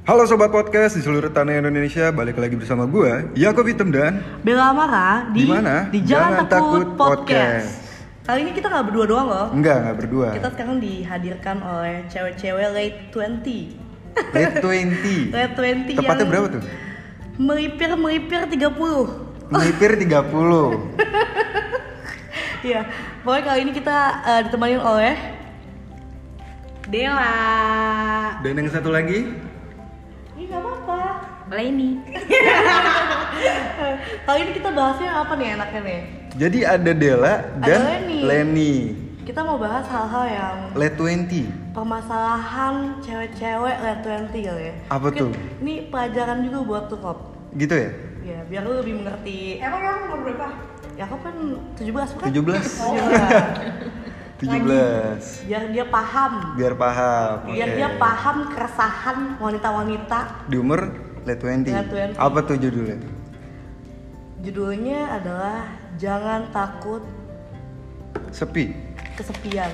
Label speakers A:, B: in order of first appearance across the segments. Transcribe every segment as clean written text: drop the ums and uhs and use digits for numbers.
A: Halo Sobat Podcast di seluruh tanah Indonesia, balik lagi bersama gue, Yakob Hitam dan
B: Bella Amara di
A: Dimana?
B: di Jangan Takut Podcast. Kali ini kita nggak berdua doang loh.
A: Enggak berdua.
B: Kita sekarang dihadirkan oleh cewek-cewek late 20.
A: Late 20.
B: Late 20
A: Tepatnya
B: yang
A: berapa tuh?
B: melipir 30.
A: Melipir 30.
B: Iya, pokoknya kali ini kita ditemani oleh Dela.
A: Dan yang satu lagi?
B: Ih, nggak apa-apa.
C: Leni.
B: Kali ini kita bahasnya apa nih enaknya nih?
A: Jadi ada Dela dan
B: Leni.
A: Leni.
B: Kita mau bahas hal-hal yang
A: Late 20.
B: permasalahan cewek-cewek late 20 kali ya.
A: Apa
B: Mungkin
A: tuh?
B: Ini pelajaran juga buat tuh Kop.
A: Gitu ya?
B: Ya, biar lu lebih mengerti.
C: Emang kamu umur berapa?
B: Ya Kop kan 17 bukan?
A: 17.
B: Oh, iya.
A: 17.
B: Biar dia paham.
A: Biar paham.
B: Biar
A: Oke.
B: dia paham keresahan wanita-wanita.
A: Di umur late 20.
B: Late 20.
A: Apa tuh judulnya?
B: Judulnya adalah Jangan Takut
A: Sepi.
B: Kesepian.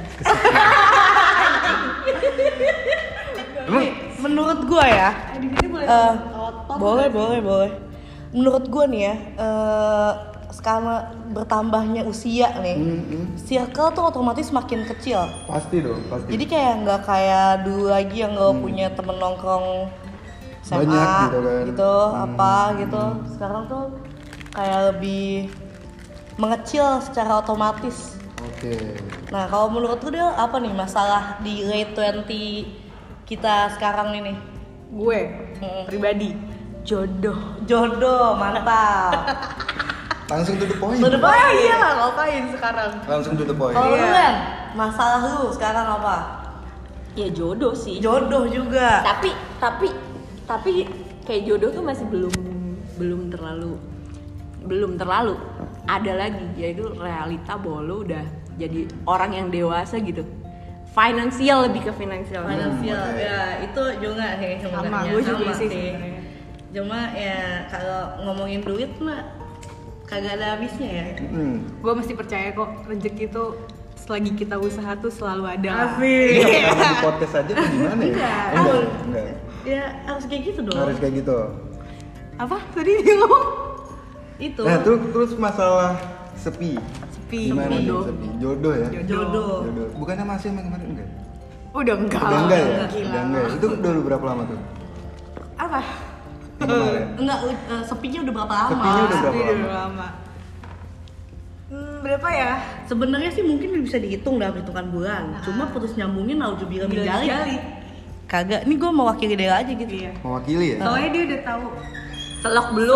A: Emang
B: Nih, menurut gua ya,
C: Di sini boleh otot.
B: boleh. Menurut gua nih ya, sekarang bertambahnya usia nih, circle tuh otomatis makin kecil.
A: pasti dong, pasti.
B: Jadi kayak nggak kayak dulu lagi yang lo punya temen nongkrong SMA
A: Banyak gitu kan.
B: gitu, apa gitu. Sekarang tuh kayak lebih mengecil secara otomatis.
A: Oke.
B: Nah, kalau menurut lu Del, apa nih masalah di late 20 kita sekarang ini?
C: Gue pribadi
B: Jodoh, mantap.
A: Langsung to the point.
B: Lu depan iya lah, ngapain sekarang?
A: Langsung to the point.
B: Kalau lu
C: Iya.
B: kan, masalah lu sekarang apa?
C: ya jodoh sih.
B: Jodoh juga.
C: Tapi kayak jodoh tuh masih belum terlalu ada lagi, yaitu realita bahwa lo udah jadi orang yang dewasa gitu. Finansial, lebih ke finansial.
B: Finansial, ya itu juga sih sebenarnya.
C: Sama, gue juga
B: Sama
C: sih sebenarnya.
B: Cuma ya kalau ngomongin duit mah kagak ada habisnya ya.
D: Gue mesti percaya kok rezeki itu selagi kita usaha tuh selalu ada.
B: Asik.
A: Ini apa di podcast aja tuh gimana ya? Enggak.
B: Ya harus kayak gitu dong.
A: Harus kayak gitu.
D: Apa tadi dia ngomong?
B: Itu.
A: Nah, terus masalah sepi.
D: Sepi,
A: Gimana nih
D: jodoh.
A: sepi? Jodoh ya?
B: Jodoh.
A: Jodoh. Bukannya masih emang kemarin enggak?
D: Udah enggak.
A: Udah enggak ya?
D: Gila.
A: Udah enggak. Itu udah berapa lama tuh?
D: Apa?
A: Yang kemarin.
B: Enggak, sepinya udah berapa lama?
A: Sepinya udah berapa
D: Udah
A: lama?
D: lama. Berapa ya?
B: Sebenarnya sih mungkin bisa dihitung dalam hitungan bulan. Cuma putus nyambungin nauzubillah min
D: Bila
B: dzalik.
D: jali.
B: Kagak, ini gue mau wakili Dela aja gitu.
D: Iya.
A: Mewakili ya?
D: Soalnya dia udah tahu
C: Selok belum.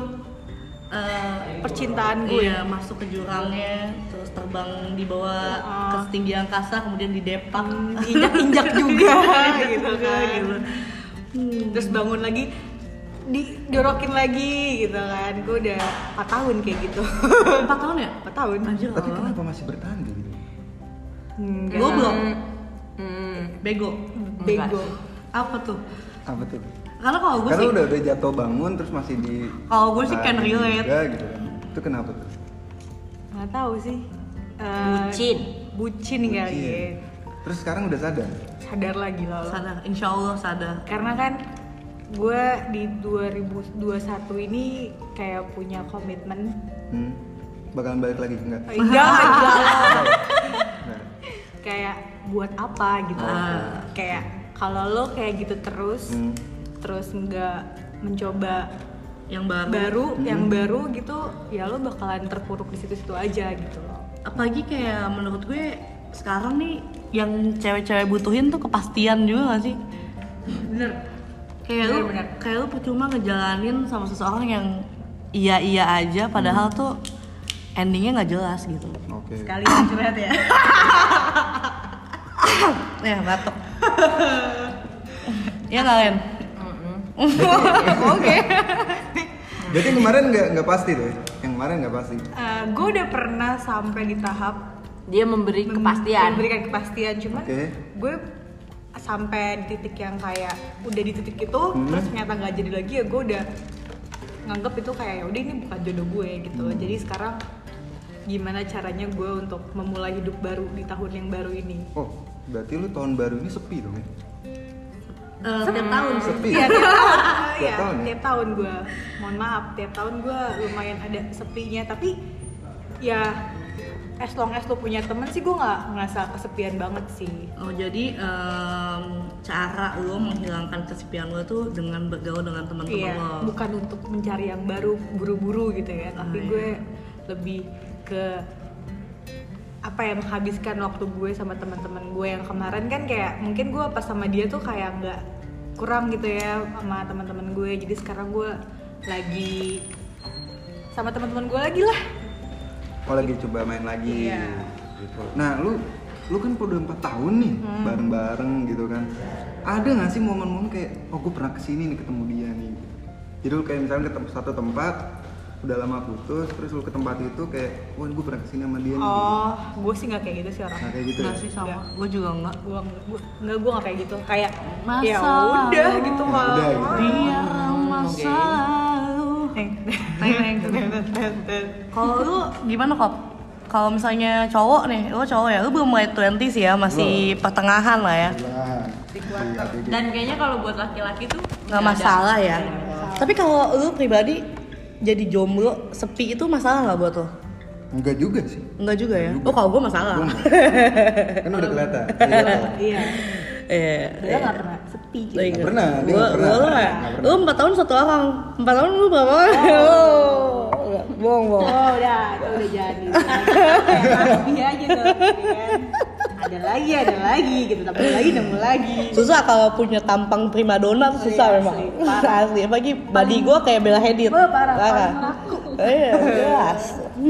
D: percintaan gue.
B: Iya, masuk ke jurangnya, terus terbang di bawah ke setinggi angkasa, kemudian didepak,
D: Injak-injak juga gitu kan.
B: gitu.
D: Terus bangun lagi didorokin lagi gitu kan. Gue udah 4 tahun kayak gitu.
B: 4 tahun ya?
D: 4 tahun.
B: Anjir,
A: Tapi
B: lama banget.
A: kenapa masih bertahan kayak gitu?
B: Goblok,
C: Hmm.
B: bego.
D: Bego.
B: Apa tuh?
A: Apa tuh?
B: Karena kalau gue
A: Karena
B: sih,
A: udah jatuh bangun terus masih di
B: kalau gue sih can
A: tahan
B: relate.
A: juga gitu kan. Itu kenapa tuh?
D: Nggak tahu sih.
C: Bucin.
D: Bucin kali ya.
A: Iya. Terus sekarang udah sadar?
D: Sadar lagi lah lo.
B: Sadar, insya Allah sadar.
D: Karena kan gue di 2021 ini kayak punya komitmen.
A: Bakalan balik lagi enggak?
D: Jangan gila lo.
A: Nah,
D: Kayak buat apa gitu. Kayak kalau lo kayak gitu terus nggak mencoba
B: Yang baru.
D: yang baru gitu, ya lo bakalan terpuruk di situ-situ aja gitu loh.
B: Apalagi kayak menurut gue sekarang nih yang cewek-cewek butuhin tuh kepastian juga gak sih?
D: Bener.
B: Kayak lu percuma ngejalanin sama seseorang yang iya aja padahal tuh endingnya nggak jelas gitu.
A: Oke.
D: Sekalian curhat ya.
B: Ya batuk. Ya nggak Len?
D: Oke.
A: Jadi yang kemarin nggak pasti tuh. Yang kemarin nggak pasti.
D: Gue udah pernah sampai di tahap
C: Dia memberi kepastian.
D: memberikan kepastian, cuman
A: Oke.
D: gue sampai di titik yang kayak udah di titik itu terus ternyata nggak jadi lagi, ya gue udah nganggep itu kayak ya udah ini bukan jodoh gue gitu. Jadi sekarang gimana caranya gue untuk memulai hidup baru di tahun yang baru ini.
A: Oh, berarti lu tahun baru ini sepi dong ya?
B: Tiap tahun sih.
A: Sepi.
D: Iya tiap tahun.
A: Tiap
D: Iya,
A: tahun ya?
D: tiap tahun gue. Mohon maaf, tiap tahun gue lumayan ada sepinya. Tapi ya as long as lo punya temen sih gue nggak ngerasa kesepian banget sih.
B: Oh jadi cara lo menghilangkan kesepian lo tuh dengan bergaul dengan teman-teman
D: Iya,
B: lo.
D: bukan untuk mencari yang baru buru-buru gitu ya. Tapi
B: iya.
D: gue lebih ke apa ya, menghabiskan waktu gue sama teman-teman gue yang kemarin kan kayak mungkin gue pas sama dia tuh kayak nggak kurang gitu ya sama teman-teman gue. Jadi sekarang gue lagi sama teman-teman gue lagi lah.
A: Oh lagi coba main lagi.
D: Iya.
A: Gitu. Nah lu kan udah 4 tahun nih bareng-bareng gitu kan. Ada nggak sih momen-momen kayak oh gue pernah kesini nih ketemu dia nih. Jadi lu kayak misalnya ketemu satu tempat udah lama putus terus lu ke tempat itu kayak wah gue pernah kesini sama dia nih.
D: Oh, gue sih nggak kayak gitu sih
A: Nah
D: orangnya.
A: kayak gitu
B: Nggak
A: ya.
B: sih sama,
D: Nggak.
B: gue juga enggak.
D: Gue nggak kayak gitu. Kayak
B: Masa
D: ya udah gitu
A: Ya
D: kalau
A: udah, gitu.
B: Dia masa lalu. Kalau lu gimana kok? Kalau misalnya cowok nih, lu cowok ya, lu belum mulai 20 sih ya, masih pertengahan lah ya.
C: Dan kayaknya kalau buat laki-laki tuh
B: Nggak masalah ya. Tapi kalau lu pribadi jadi jomblo, sepi itu masalah nggak buat lo?
A: Enggak juga sih.
B: Enggak juga ya?
A: Juga.
B: Oh kalau gue masalah.
A: Gua enggak. Kan udah kelihatan.
D: Iya. Dia nggak pernah sepi. Gitu.
A: Nggak pernah, dia
B: Gue
A: nggak pernah.
B: lu ya?
A: Nggak pernah.
B: Lu 4 tahun 1 orang. 4 tahun lu berapa? Bohong.
D: Oh udah, itu udah jadi. Kayak Rasbi aja tuh, kan. Ada lagi gitu, tapi nemu lagi.
B: Susah kalau punya tampang primadona tuh susah
D: Iya,
B: memang.
D: asli, parah.
B: Asli, apalagi body gue kayak Bella Hadid.
D: Wah, parah, paling laku.
B: Iya, jelas.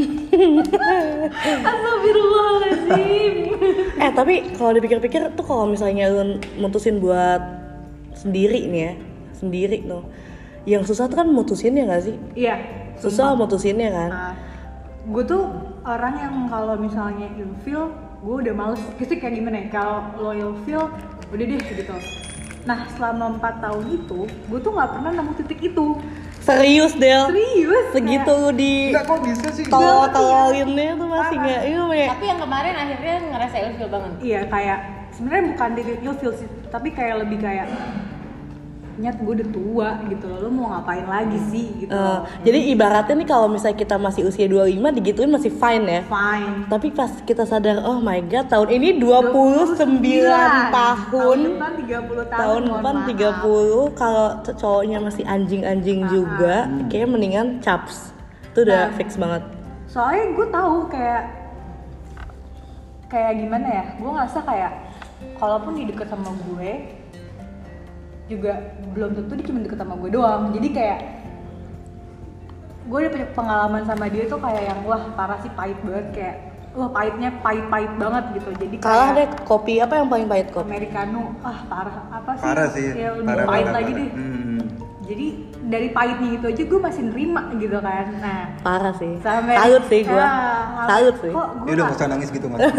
B: Astagfirullahaladzim. Tapi kalau dipikir-pikir tuh kalau misalnya lu mutusin buat sendiri nih ya, sendiri tuh. Yang susah tuh kan mutusinnya nggak sih?
D: Iya.
B: Susah mutusinnya kan.
D: Nah, gue tuh orang yang kalau misalnya ilfeel, gue udah males. Pasti kayak gimana ya? Kalau lo ilfeel, udah deh gitu. Nah, selama 4 tahun itu, gue tuh nggak pernah nemu titik itu.
B: Serius Del?
D: Serius?
B: Segitu lu di
A: Enggak kok bisa sih.
B: tolol-tololinnya tuh masih nggak, iya kayak
C: Tapi yang kemarin akhirnya ngerasa ilfeel banget.
D: Iya, kayak sebenarnya bukan titik ilfeel sih, tapi kayak lebih kayak nyat gue udah tua gitu loh, lo mau ngapain lagi sih gitu.
B: jadi ibaratnya nih kalau misalnya kita masih usia 25 digituin masih fine ya.
D: Fine.
B: Tapi pas kita sadar, oh my god, tahun ini 29 tahun.
D: depan 30 tahun.
B: Tahun
D: mohon
B: depan
D: maaf.
B: 30, kalau cowoknya masih anjing-anjing juga, kayaknya mendingan caps. Itu udah
D: Nah.
B: fix banget.
D: Soalnya gue tahu kayak gimana ya, gue ngerasa kayak kalaupun dia deket sama gue juga belum tentu dia cuma deket sama gue doang. Jadi kayak gue udah punya pengalaman sama dia tuh kayak yang wah parah sih, pahit banget, kayak wah pahitnya pahit banget gitu. Jadi
B: Kalah deh
D: kayak
B: kopi apa yang paling pahit kopi?
D: Americano, parah apa sih?
A: Parah sih.
D: Ya lebih
A: Parah,
D: pahit
A: parah,
D: lagi
A: parah.
D: deh. Jadi dari pahitnya itu aja gue masih nerima gitu kan. Nah,
B: Parah sih.
D: sampai
B: Salut sih gua.
D: Ah,
B: Salut sih.
D: Kok gue
A: Ya udah nggak usah nangis gitu mas.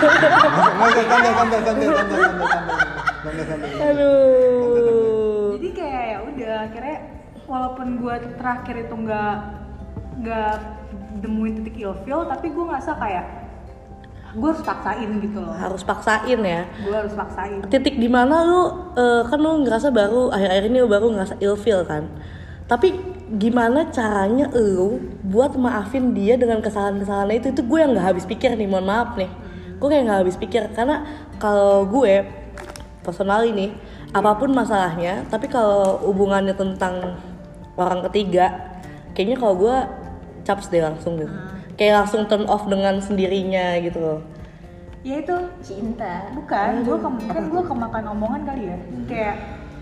A: Santai.
B: Aduh.
D: jadi kayak ya udah akhirnya walaupun gue terakhir itu nggak nemuin titik ilfeel, tapi gue ngerasa kayak gue harus paksain gitu loh.
B: Harus paksain ya.
D: Gue harus paksain.
B: Titik di mana lu kan lu ngerasa baru akhir-akhir ini lu baru ngerasa ilfeel kan. Tapi gimana caranya lu buat maafin dia dengan kesalahan-kesalahan itu gue yang nggak habis pikir nih, mohon maaf nih. Gue kayak nggak habis pikir karena kalau gue personal ini apapun masalahnya, tapi kalau hubungannya tentang orang ketiga, kayaknya kalau gue caps deh langsung gitu. Kayak langsung turn off dengan sendirinya gitu loh.
D: Ya itu
C: Cinta.
D: bukan, gue kemakan omongan kali ya. Kayak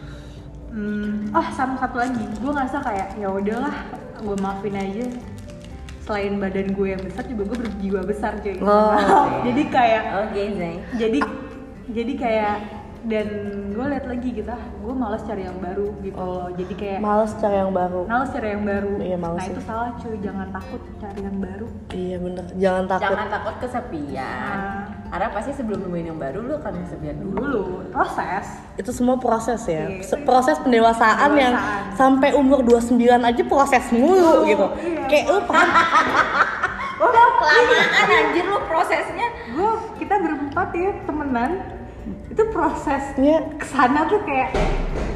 D: sama satu lagi, gue ngerasa kayak ya udahlah, gue maafin aja. Selain badan gue yang besar juga gue berjiwa besar cuy. Jadi kayak
C: Oke, Zay.
D: jadi kayak dan gue liat lagi gitu, gue malas cari yang baru gitu loh. Jadi kayak
B: Males cari yang baru.
D: males cari yang baru.
B: Iya, males
D: Nah
B: sih.
D: itu salah cuy, jangan takut cari yang baru.
B: Iya bener, jangan takut.
C: Jangan takut kesepian. Karena pasti sebelum nemuin yang baru lu akan kesepian dulu.
D: Dulu proses.
B: Itu semua proses ya.
D: Iya.
B: Proses pendewasaan yang sampai umur 29 aja proses mulu gitu.
D: Iya.
B: Kayak lu paham.
C: Udah kelamaan anjir lu prosesnya.
D: Kita berempat ya temenan, itu prosesnya
B: Iya.
D: kesana tuh kayak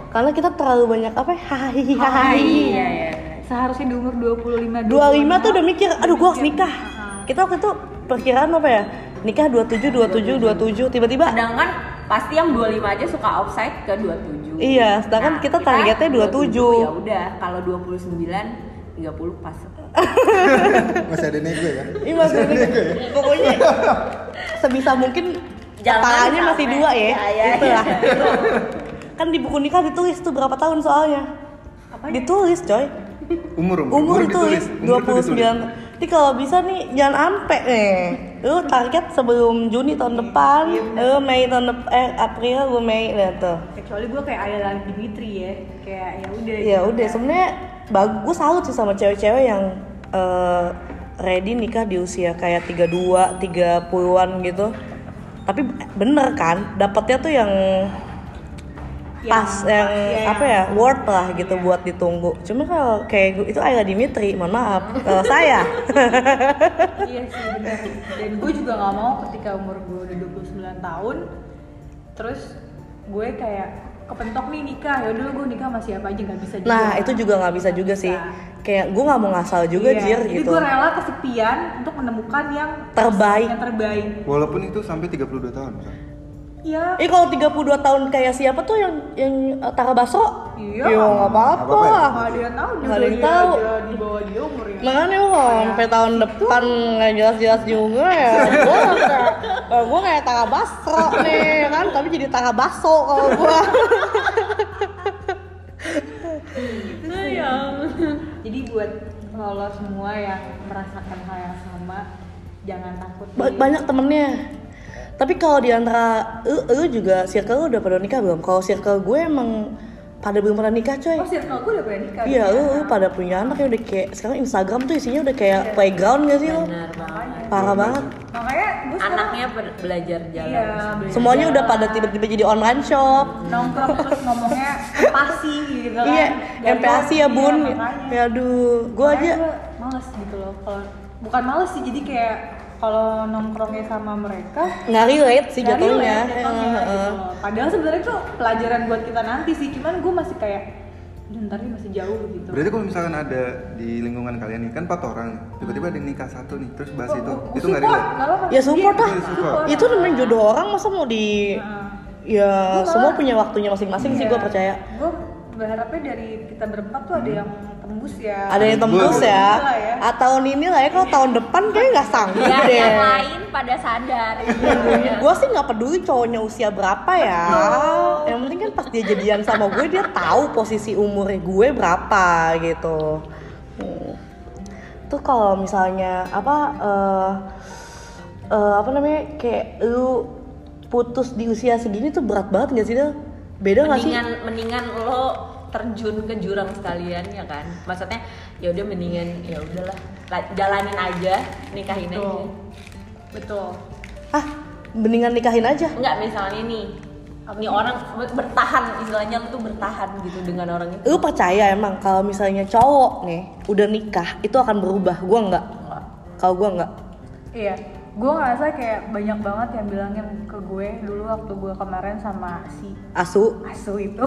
B: Karena kita terlalu banyak apa? Hahaha.
D: Iya. Seharusnya di umur 25
B: 25 tuh udah mikir, aduh gua harus nikah. Kita waktu itu perkiraan apa ya? Nikah 27, tiba-tiba.
C: Sedangkan pasti yang 25 aja suka offside ke 27.
B: Iya, sedangkan kita targetnya 27.
C: Ya udah, kalau 29 30 pas.
A: Masih ada nego ya?
B: Iya masih nego. Pokoknya sebisa mungkin
C: Jangan
B: tangannya masih
C: sampai.
B: 2 ya.
C: Iya.
B: Itulah. Kan di buku nikah ditulis tuh berapa tahun soalnya. Ditulis coy. Umur ditulis 29. Jadi kalau bisa nih jangan ampe nih. Lu target sebelum Juni tahun depan, Mei tahun depan, April gue Mei tuh.
D: Kecuali gue kayak Ayla Dimitri ya, kayak ya udah.
B: Ya udah sebenarnya bagus, salut sih sama cewek-cewek yang ready nikah di usia kayak 32, 30-an gitu. Tapi bener kan, dapetnya tuh yang pas, yang apa ya, worth lah gitu buat ditunggu. Cuma kalau kayak itu Ayla Dimitri, mohon maaf, kalau saya.
D: Iya sih benar. Dan gue juga nggak mau ketika umur gue udah 29 tahun, terus gue kayak kepentok nih nikah, ya udah gue nikah sama siapa aja, nggak bisa juga.
B: Nah itu juga nggak bisa juga sih. Kayak gue nggak mau ngasal juga Jir
D: Jadi
B: gitu.
D: gue rela kesepian untuk menemukan yang
B: Terbaik.
D: Yang terbaik.
A: Walaupun itu sampai 32 tahun.
D: Iya.
B: Kalau 32 tahun kayak siapa tuh yang Tara Basro?
D: Iya.
B: Ya nggak apa-apa.
D: Nggak ada yang tahu juga
B: Nggak ada yang
D: dia
B: tahu.
D: aja di bawah dia umurnya.
B: Makanya lo sampai tahun depan nggak jelas-jelas juga ya. Gue kayak Tara Basro nih kan, tapi jadi Tara Baso kalau gue.
D: Jadi buat lo semua yang merasakan hal yang sama, jangan takut.
B: Banyak temennya. Tapi kalau di antara lu juga circle lu udah pada nikah belum? Kalau circle gue emang pada belum pernah nikah coy.
D: Oh, circle gue udah pernah nikah.
B: Iya, lu pada punya anak ya udah kayak sekarang Instagram tuh isinya udah kayak playground gak sih lu?
C: Benar banget.
B: Parah banget.
D: Makanya gue sekarang
C: Anaknya belajar jalan.
D: iya,
B: Semuanya udah pada tiba-tiba jadi online shop.
D: nongkrong terus ngomongnya empati gitu kan.
B: Iya,
D: Dan
B: empati
D: gua-
B: ya bun.
D: iya, makanya.
B: Ya aduh, gue aja.
D: Makanya gua males gitu loh. Kalau bukan males sih, jadi kayak kalau nongkrongnya sama mereka
B: Nggak relate sih
D: nggak
B: jatuhnya.
D: relate jatuhnya gitu loh. Padahal sebenarnya itu pelajaran buat kita nanti sih. Cuman gue masih kayak "Duh, ntar ini masih jauh gitu.
A: Berarti kalau misalkan ada di lingkungan kalian nih kan 4 orang, tiba-tiba ada yang nikah satu nih, terus bahas itu nggak
D: support,
A: relate.
D: nggak apa-apa.
B: Ya support
D: Iya,
B: lah.
A: support.
B: Itu namanya jodoh orang, masa mau di ya
D: Gua malah-
B: semua punya waktunya masing-masing sih gue percaya.
D: Gue berharapnya dari kita berempat tuh ada yang tembus ya.
B: Ada yang tembus
A: Tembus
B: ya.
D: lah ya.
B: Atau ini lah ya, kalau tahun depan kayaknya nggak sanggup
C: Biar
B: deh.
C: yang lain pada sadar.
B: Gue sih nggak peduli cowoknya usia berapa ya. Yang penting kan pas dia jadian sama gue dia tahu posisi umurnya gue berapa gitu. Tuh kalau misalnya apa namanya kayak lu putus di usia segini tuh berat banget nggak sih Del? Beda nggak sih?
C: Mendingan lo terjun ke jurang sekalian ya kan. Maksudnya ya udah mendingan ya udahlah jalanin aja, nikahin aja.
D: Betul.
B: Ah, mendingan nikahin aja.
C: Enggak, misalnya nih orang bertahan, istilahnya lu tuh bertahan gitu dengan orang itu.
B: Lu percaya emang kalau misalnya cowok nih udah nikah itu akan berubah? Gua enggak. Kalau gua enggak.
D: Iya, gue ngerasa kayak banyak banget yang bilangin ke gue dulu waktu gue kemarin sama si
B: Asu.
D: Asu itu.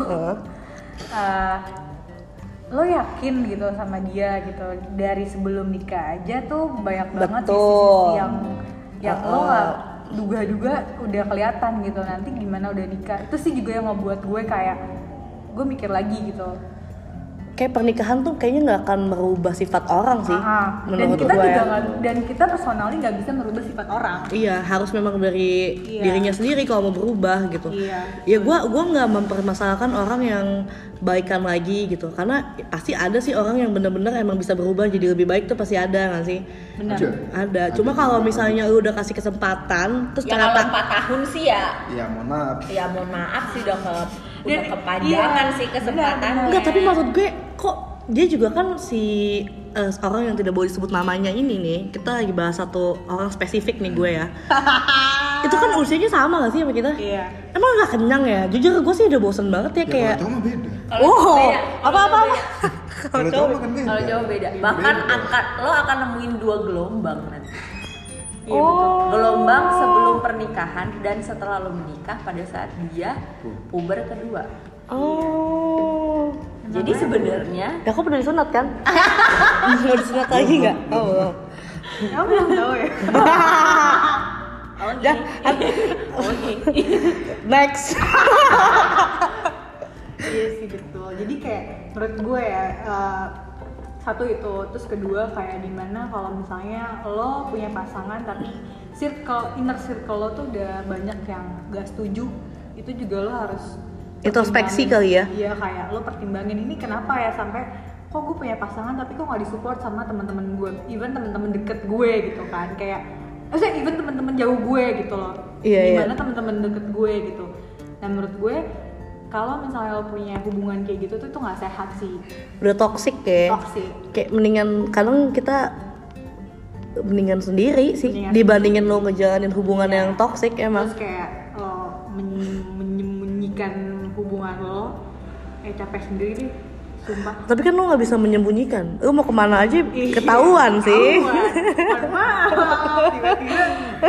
D: Lo yakin gitu sama dia gitu dari sebelum nikah aja tuh banyak banget
B: Betul.
D: sisi-sisi yang lo nggak duga-duga udah kelihatan gitu, nanti gimana udah nikah itu sih juga yang ngebuat gue kayak gue mikir lagi gitu.
B: Kayak pernikahan tuh kayaknya nggak akan merubah sifat orang sih.
D: Dan
B: Menurut
D: kita
B: gua
D: juga
B: ya.
D: dan kita personally nggak bisa merubah sifat orang.
B: Iya, harus memang dari
D: Iya.
B: dirinya sendiri kalau mau berubah gitu.
D: Iya.
B: Ya gua nggak mempermasalahkan orang yang baikan lagi gitu, karena pasti ada sih orang yang benar-benar emang bisa berubah jadi lebih baik tuh pasti ada nggak sih?
D: Benar.
B: Ada. Cuma kalau misalnya lu udah kasih kesempatan terus
C: Ya kalau
B: ternyata
C: 4 tahun sih ya.
A: Iya, mohon maaf.
C: Ya mohon maaf sih udah
D: Dan-
C: kepanjangan
D: iya,
C: sih kesempatan.
D: benar.
B: enggak, tapi maksud gue kok dia juga kan si orang yang tidak boleh disebut namanya ini nih, kita lagi bahas satu orang spesifik nih gue ya. Itu kan usianya sama gak sih sama kita?
D: Iya.
B: Emang gak kenyang ya? Jujur gue sih udah bosen banget ya
A: Ya,
B: kayak
A: kalau cowok mah beda.
C: Kalau
B: wow,
C: cowok beda.
B: apa-apa.
A: Kalau cowok mah kan beda.
C: Kalau jauh beda. Bahkan lo akan nemuin 2 gelombang nanti.
D: Iya, betul.
C: Gelombang sebelum pernikahan dan setelah lo menikah pada saat dia puber kedua.
B: Oh.
C: Jadi sebenarnya
B: Ya aku udah disunat kan? Mau disunat lagi nggak? Oh.
D: Kamu belum tahu ya?
B: Ya. Next.
D: Iya sih betul. Jadi kayak menurut gue ya satu itu, terus kedua kayak dimana kalau misalnya lo punya pasangan tapi inner circle lo tuh udah banyak yang gak setuju, itu juga lo harus
B: Introspeksi
D: pertimbangin.
B: kali ya?
D: Iya, kayak lo pertimbangin ini kenapa ya sampai kok gue punya pasangan tapi kok nggak disupport sama teman-teman gue, even teman-teman deket gue gitu kan, kayak maksudnya even teman-teman jauh gue gitu loh.
B: Iya,
D: Gimana teman-teman deket gue gitu. Dan menurut gue kalau misalnya lo punya hubungan kayak gitu tuh nggak sehat sih.
B: Udah toxic ya.
D: Toxic.
B: Kayak mendingan kadang kita mendingan sendiri sih
D: Mendingan
B: dibandingin lo ngejalanin hubungan
D: Iya.
B: yang toxic emang.
D: Terus kayak lo menyembunyikan hubungan lo, capek sendiri deh, sumpah.
B: Tapi kan lo nggak bisa menyembunyikan. Lo mau kemana aja ketahuan sih.
D: Mohon maaf, tiba-tiba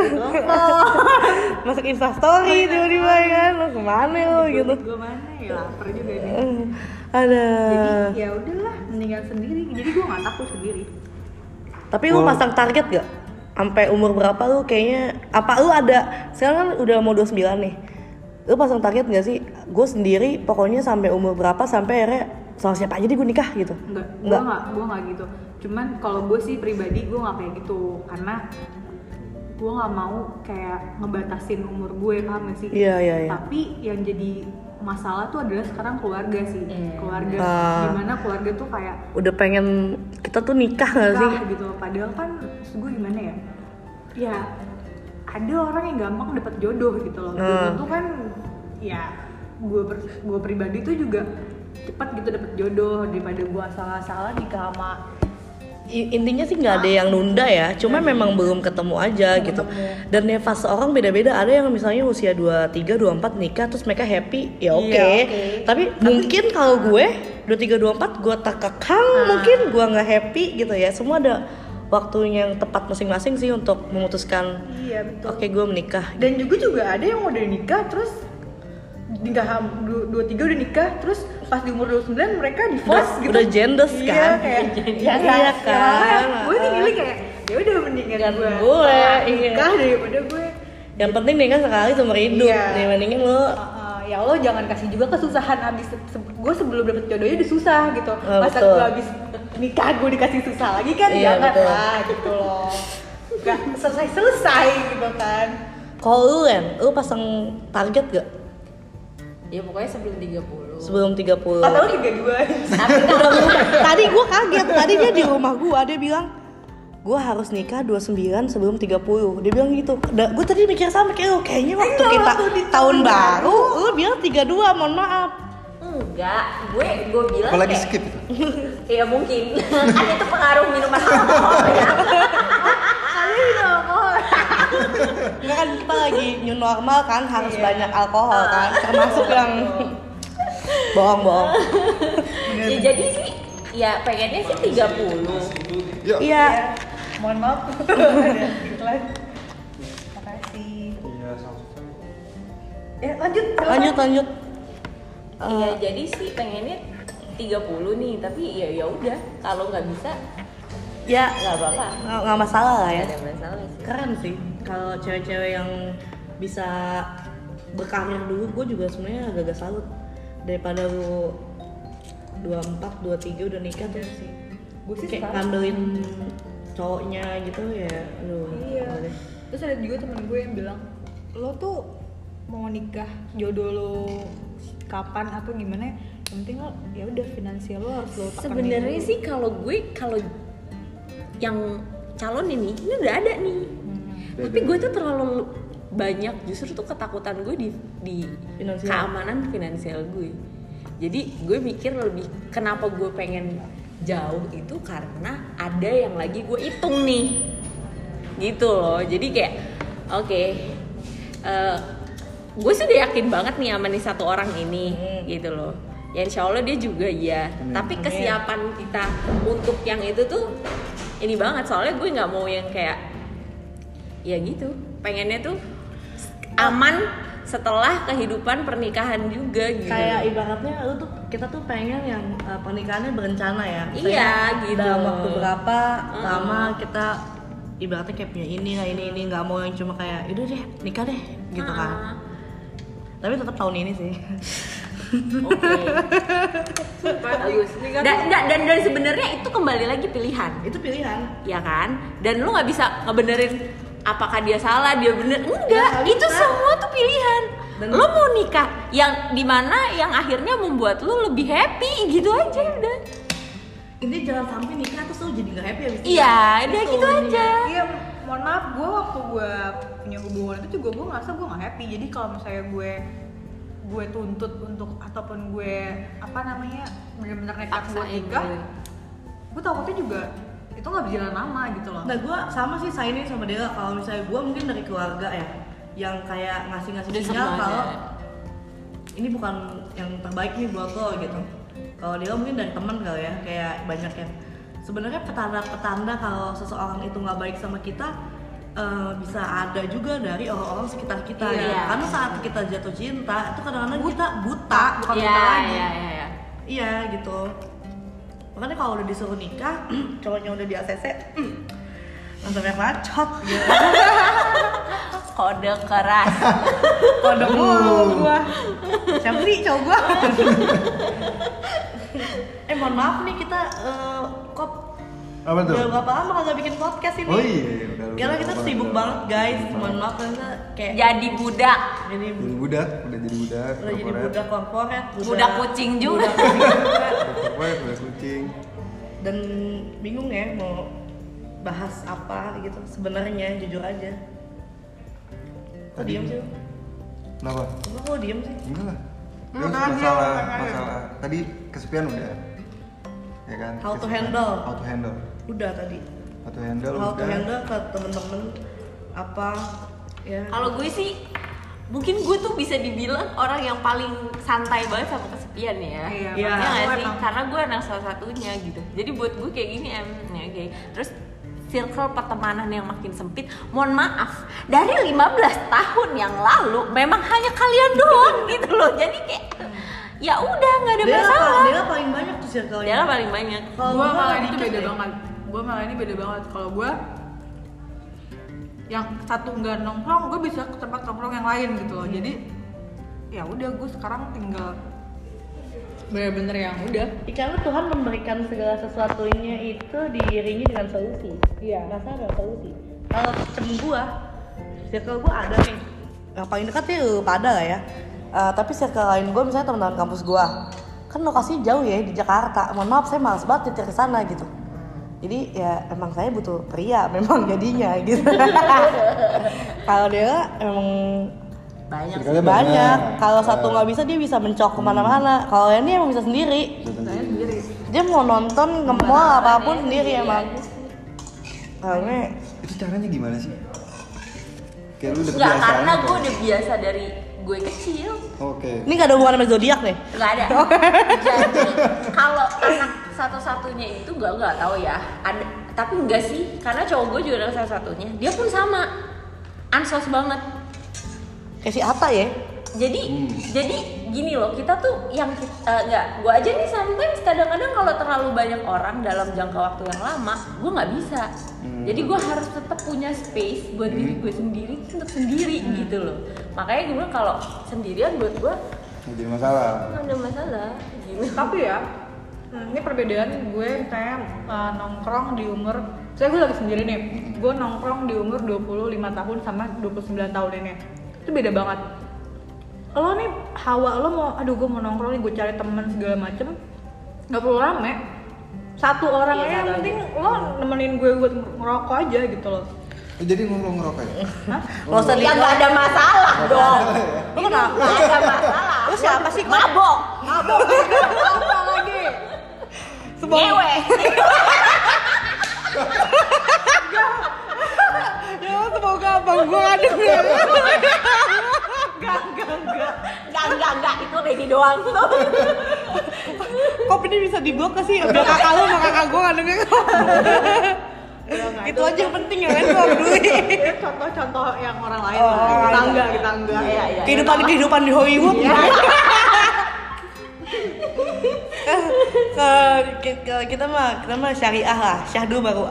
B: Masuk instastory tiba-tiba kan. Lo kemana lo gitu.
D: gue mana ya, lapar juga nih.
B: Ada.
D: Jadi ya udahlah, mendingan sendiri. Jadi gue nggak takut sendiri.
B: Tapi lu pasang target gak? Sampai umur berapa lu kayaknya? Apa lu ada? Sekarang kan udah mau 29 nih. Lu pasang target gak sih? Gue sendiri pokoknya sampai umur berapa sampai akhirnya sama siapa aja deh gue nikah gitu?
D: Gue nggak gitu. Cuman kalau gue sih pribadi gue nggak kayak gitu, karena gue nggak mau kayak ngebatasin umur gue, paham gak sih?
B: Iya.
D: Tapi yang jadi masalah tuh adalah sekarang keluarga sih. Keluarga, gimana keluarga tuh kayak
B: Udah pengen kita tuh nikah gak sih?
D: gitu. Padahal kan maksud gue gimana ya? Ya ada orang yang gampang dapet jodoh gitu loh. Jodoh tuh kan ya gue pribadi tuh juga cepat gitu dapet jodoh daripada gue asal-asalan nikah sama
B: Intinya sih nggak ada yang nunda ya, cuma memang belum ketemu aja gitu. Dan ya fase orang beda-beda. Ada yang misalnya usia 23, 24 nikah terus mereka happy, ya oke. Tapi mungkin kalau gue 23, 24 gue terkekang, mungkin gue nggak happy gitu ya. Semua ada waktunya yang tepat masing-masing sih untuk memutuskan.
D: Iya betul.
B: Oke, gue menikah.
D: Dan juga ada yang udah nikah terus nikah 23 udah nikah terus pas di umur 29 mereka divorce gitu.
B: Udah genders kan?
D: Iya kan. Gue nih milih kayak ya udah mendingan gue nikah daripada gue.
B: Yang penting nikah sekali seumur hidup. Dibandingin lo
D: ya Allah jangan kasih juga kesusahan abis gue sebelum dapet jodohnya udah susah gitu. Masa
B: betul.
D: gue abis nikah gue dikasih susah lagi kan, jangan lah gitu loh. Gak selesai gitu kan.
B: Kalau lu lu pasang target gak?
C: ya pokoknya sebelum 30.
B: Sebelum 30.
D: Atau 32.
C: Tapi kalau
B: Tadi gue kaget, tadi dia di rumah gue, dia bilang gue harus nikah 29 sebelum 30. Dia bilang gitu. Gue tadi mikir sama kayak lu, kayaknya waktu kita tahun baru lu bilang 32, mohon maaf.
C: enggak, gue bilang
A: Apalagi
C: kayak,
A: skip itu.
C: Iya mungkin. Kan itu pengaruh minuman alkohol ya.
B: Enggak kan kita lagi new normal kan, harus banyak alkohol kan, termasuk yang bohong-bohong.
C: Ya jadi sih, ya pengennya sih 30.
B: Iya.
D: Mohon maaf. Ada iklan. Makasih. Ya lanjut.
B: Lanjut.
C: Iya jadi sih pengennya 30 nih, tapi ya udah kalau nggak bisa
B: Ya
C: nggak apa-apa.
B: nggak masalah lah ya.
C: Nggak ada masalah sih.
B: Keren sih kalau cewek-cewek yang bisa berkarir dulu. Gue juga sebenarnya agak salut daripada lu 24, 23 udah nikah tuh sih.
D: Gue sih
B: Kayak
D: sekarang.
B: ngandelin cowoknya gitu ya. Aduh.
D: Iya.
B: boleh.
D: Terus ada juga temen gue yang bilang, lo tuh mau nikah jodoh lo kapan atau gimana? Yang penting lo ya udah finansial lo harus lo tekenin.
C: Sebenarnya
D: dulu.
C: sih kalau yang calon ini udah ada nih. Tapi gue tuh terlalu banyak justru tuh ketakutan gue di
B: Finansial.
C: keamanan finansial gue. Jadi gue mikir lebih kenapa gue pengen jauh itu karena ada yang lagi gue hitung nih. Gitu loh. Jadi kayak oke, gue sih udah yakin banget nih sama nih satu orang ini gitu loh. Ya insya Allah dia juga ya. Tapi kesiapan kita untuk yang itu tuh ini banget, soalnya gue nggak mau yang kayak ya gitu, pengennya tuh aman setelah kehidupan pernikahan juga gitu.
B: Kayak ibaratnya kita tuh pengen yang pernikahannya berencana ya.
C: Iya gitu.
B: Dalam waktu berapa lama kita ibaratnya kayak punya ini nggak mau yang cuma kayak udah deh nikah deh gitu kan. Tapi tetap tahun ini sih.
C: Oke. Bagus. Dan sebenarnya itu kembali lagi pilihan.
B: Itu pilihan.
C: Ya kan? Dan lu nggak bisa ngebenerin apakah dia salah, dia bener. Enggak, itu semua tuh pilihan. Dan lu mau nikah yang dimana yang akhirnya membuat lu lebih happy gitu aja udah.
B: Ini jangan sampai nikah terus lu jadi nggak happy abis itu.
C: Iya, udah gitu aja.
D: Iya, mohon maaf, gue waktu gue punya hubungan itu juga gue ngerasa gue nggak happy. Jadi kalau misalnya gue tuntut untuk ataupun gue benar-benar nekat buat nikah, gue takutnya juga itu nggak berjalan lama gitu loh.
B: Nah gue sama sih signing sama dia. Kalau misalnya gue mungkin dari keluarga ya yang kayak ngasih sinyal kalau ini bukan yang terbaik nih buat lo gitu. Kalau dia mungkin dari teman kali ya, kayak banyak yang sebenarnya petanda kalau seseorang itu nggak baik sama kita bisa ada juga dari orang-orang sekitar kita ya. Karena saat kita jatuh cinta itu kadang-kadang kita buta bukan buta lagi. Iya gitu. Makanya kalau udah disuruh nikah, cowoknya udah di ACC, langsung yang bacot gitu.
C: Kode keras.
B: Kode mulu gua. Siapa sih cowok gua? Mohon maaf nih kita kok
A: apa tuh?
B: Udah berapa lama kagak bikin podcast ini?
A: Oh iya, udah.
B: Karena kita sibuk banget guys. Mohon maaf karena kayak
C: jadi budak.
A: Udah jadi budak
B: korporat.
C: Budak kucing juga.
A: Budak kucing.
B: Dan bingung ya mau bahas apa gitu sebenarnya, jujur aja. Kok diem sih?
A: Kenapa?
B: Kok diem sih?
A: Enggak lah. Masalah tadi kesepian udah. Ya kan?
B: How to handle. Udah tadi.
A: How to handle ke temen-temen apa ya.
C: Kalau gue sih mungkin gue tuh bisa dibilang orang yang paling santai banget sama kesepian ya.
D: Iya
C: nggak sih? Karena gue anak salah satunya gitu. Jadi buat gue kayak gini oke. Terus circle pertemanan yang makin sempit. Mohon maaf, dari 15 tahun yang lalu memang hanya kalian doang gitu loh. Jadi kayak ya udah nggak ada masalah.
B: Dia paling banyak tuh circle-nya.
C: Dia paling banyak.
D: Gue malah ini beda banget. Kalau gue yang satu nggak nongkrong, gue bisa ke tempat nongkrong yang lain gitu loh. Jadi ya udah, gue sekarang tinggal bener-bener yang udah.
B: Karena Tuhan memberikan segala sesuatunya itu diiringi dengan solusi. Iya. Rasa ada solusi. Kalau circle gue ada nih. Yang paling dekat sih pada lah ya. Tapi circle lain gue misalnya teman-teman kampus gue. Kan lokasinya jauh ya di Jakarta. Mohon maaf saya malas banget nyetir ke sana gitu. Jadi ya emang saya butuh pria memang jadinya gitu. Kalau dia emang banyak. Kalau satu nggak bisa dia bisa mencok kemana-mana. Kalau ini emang bisa sendiri. Dia mau nonton nge-mall apapun sendiri emang. Karena
A: itu caranya gimana sih? Kayak lu udah
C: Nggak,
A: biasa.
C: karena gue udah biasa dari gue kecil.
A: Oke.
B: ini nggak ada hubungan sama zodiak nih.
C: Nggak ada. Jadi kalau anak satu-satunya itu nggak tahu ya. Ada, tapi enggak sih, karena cowok gue juga anak satu-satunya. Dia pun sama, ansos banget.
B: Kayak si Atta ya.
C: Jadi gini loh, kita tuh yang gue aja nih sometimes kadang-kadang kalau terlalu banyak orang dalam jangka waktu yang lama, gue nggak bisa. Jadi gue harus tetap punya space buat diri gue sendiri untuk sendiri gitu loh. Makanya gue bilang kalau sendirian buat gue
A: nggak jadi masalah.
C: nggak ada masalah. Gitu.
D: Tapi ya, ini perbedaan gue misalnya nongkrong di umur, saya gue lagi sendiri nih, gue nongkrong di umur 25 tahun sama 29 tahun ini, itu beda banget. Lo nih hawa lo mau, aduh gue mau nongkrong nih, gue cari teman segala macem, nggak perlu rame, satu orang aja yang penting lo nemenin gue buat ngerokok aja gitu loh.
A: Jadi ngerokok ya?
D: Hah?
B: Lo sedih.
C: Ya nggak ada masalah dong.
B: Lo kenapa?
C: Nggak ada masalah.
B: Lo siapa sih?
C: Mabok.
D: Apa lagi?
C: Ngewe.
B: Ya semoga abang gue ada.
C: Enggak, itu Redi doang tuh.
B: Kok ini bisa diblok sih? Biar kakak lo sama kakak gue gak denger. Itu aja yang penting ya kan, gua peduli.
D: Contoh-contoh yang orang lain
B: Oh,
D: lah.
B: orang lain.
D: Kita enggak.
C: Iya.
B: Kehidupan di Hollywood. Kita mah syariah lah. Syahdu baru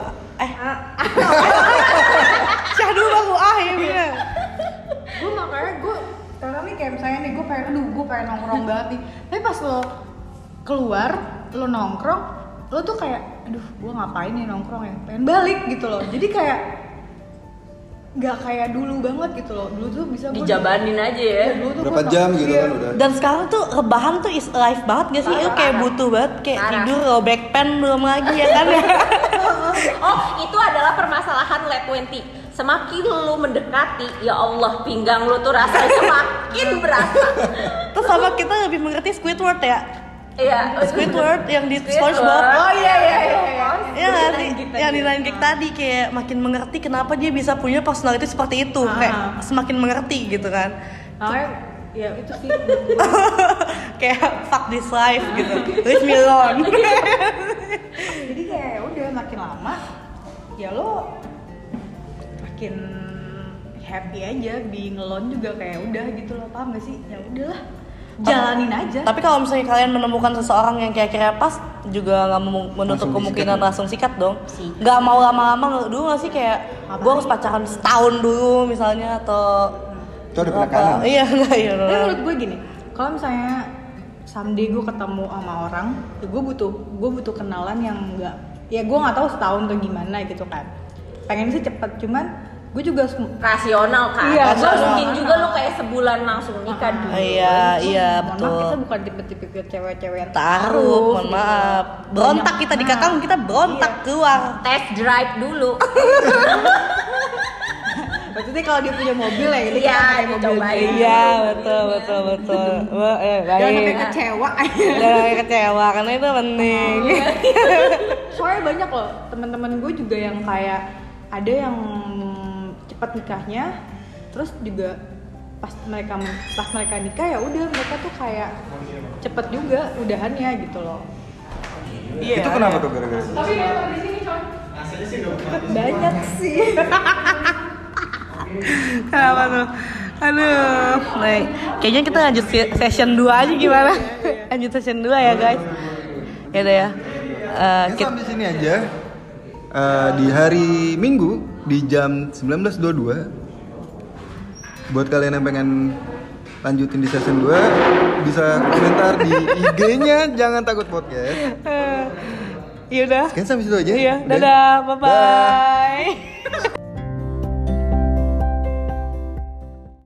B: Syahdu baru ya bilang.
D: Gue makanya sekarang nih kayak misalnya nih gue pengen nongkrong banget nih. Tapi pas lo keluar, lo nongkrong, lo tuh kayak aduh gue ngapain nih nongkrong ya, pengen balik gitu loh. Jadi kayak nggak kayak dulu banget gitu loh. Dulu tuh bisa gua
C: Dijabanin aja ya.
D: dulu tuh
A: Berapa
D: gua
A: jam gitu
D: iya.
A: kan udah.
B: Dan sekarang tuh rebahan tuh is life banget gak sih? Lu kayak butuh banget kayak
C: Parah.
B: tidur robek pen belum lagi ya kan ya.
C: Oh, itu adalah permasalahan late 20. Semakin lu mendekati, ya Allah, pinggang lu tuh rasanya makin berasa.
B: Terus sama kita lebih mengerti Squidward ya.
C: Iya.
B: Squidward yang di
C: Squidward.
B: SpongeBob.
D: Oh iya.
B: Iya nggak sih? Yang di Line Geek tadi kayak makin mengerti kenapa dia bisa punya personality seperti itu. Kayak semakin mengerti gitu kan.
D: Makanya ya itu sih.
B: Kayak fuck this life gitu. Leave me alone.
D: Jadi kayak udah makin lama ya lo makin happy aja, being alone juga kayak udah gitu loh, paham gak sih? Ya udahlah, jalanin aja.
B: Tapi kalau misalnya kalian menemukan seseorang yang kira-kira pas, juga nggak menutup
A: Langsung
B: kemungkinan
A: disikat.
B: langsung sikat dong. Nggak mau lama-lama dulu nggak sih kayak gue harus pacaran setahun dulu misalnya atau
A: Itu ada penekanan.
B: Iya nggak iya.
D: Tapi menurut gue gini, kalau misalnya someday gue ketemu sama orang, ya gue butuh kenalan yang enggak, ya gue nggak tahu setahun atau gimana gitu kan. Pengen sih cepet, cuman gue juga
C: Rasional kan.
D: Iya,
C: Nggak
D: rasional.
C: mungkin juga lu kayak sebulan langsung nikah dulu.
B: Iya
D: mohon maaf,
B: betul.
D: kita bukan tipe-tipe cewek-cewek yang
B: Taruh, mohon
D: gitu.
B: maaf. Berontak kita di kakang, kita berontak keluar.
C: Test drive dulu.
D: Maksudnya kalau dia punya mobil ya, ini
C: Iya,
D: kita pakai mobil
C: dicobain.
D: dia.
B: Iya betul.
D: Jangan sampai
B: Baik.
D: kecewa.
B: Jangan kecewa karena itu penting.
D: Soalnya banyak loh teman-teman gue juga yang kayak ada yang cepat nikahnya, terus juga pas mereka nikah ya udah mereka tuh kayak cepet juga udahannya gitu loh.
A: Itu kenapa tuh gara-gara?
D: Banyak sih.
B: Kenapa tuh? Aduh. Baik. Kayaknya kita lanjut session 2 aja gimana? Lanjut session 2 ya guys. Ya udah ya.
A: Kita sampai sini aja. Di hari Minggu di jam 19.22. Buat kalian yang pengen lanjutin di session 2 bisa komentar di IG-nya Jangan Takut Podcast.
B: Ya udah.
A: Sekian sampai situ aja.
B: Iya,
A: Udah.
B: dadah, bye
A: Dah.
B: bye.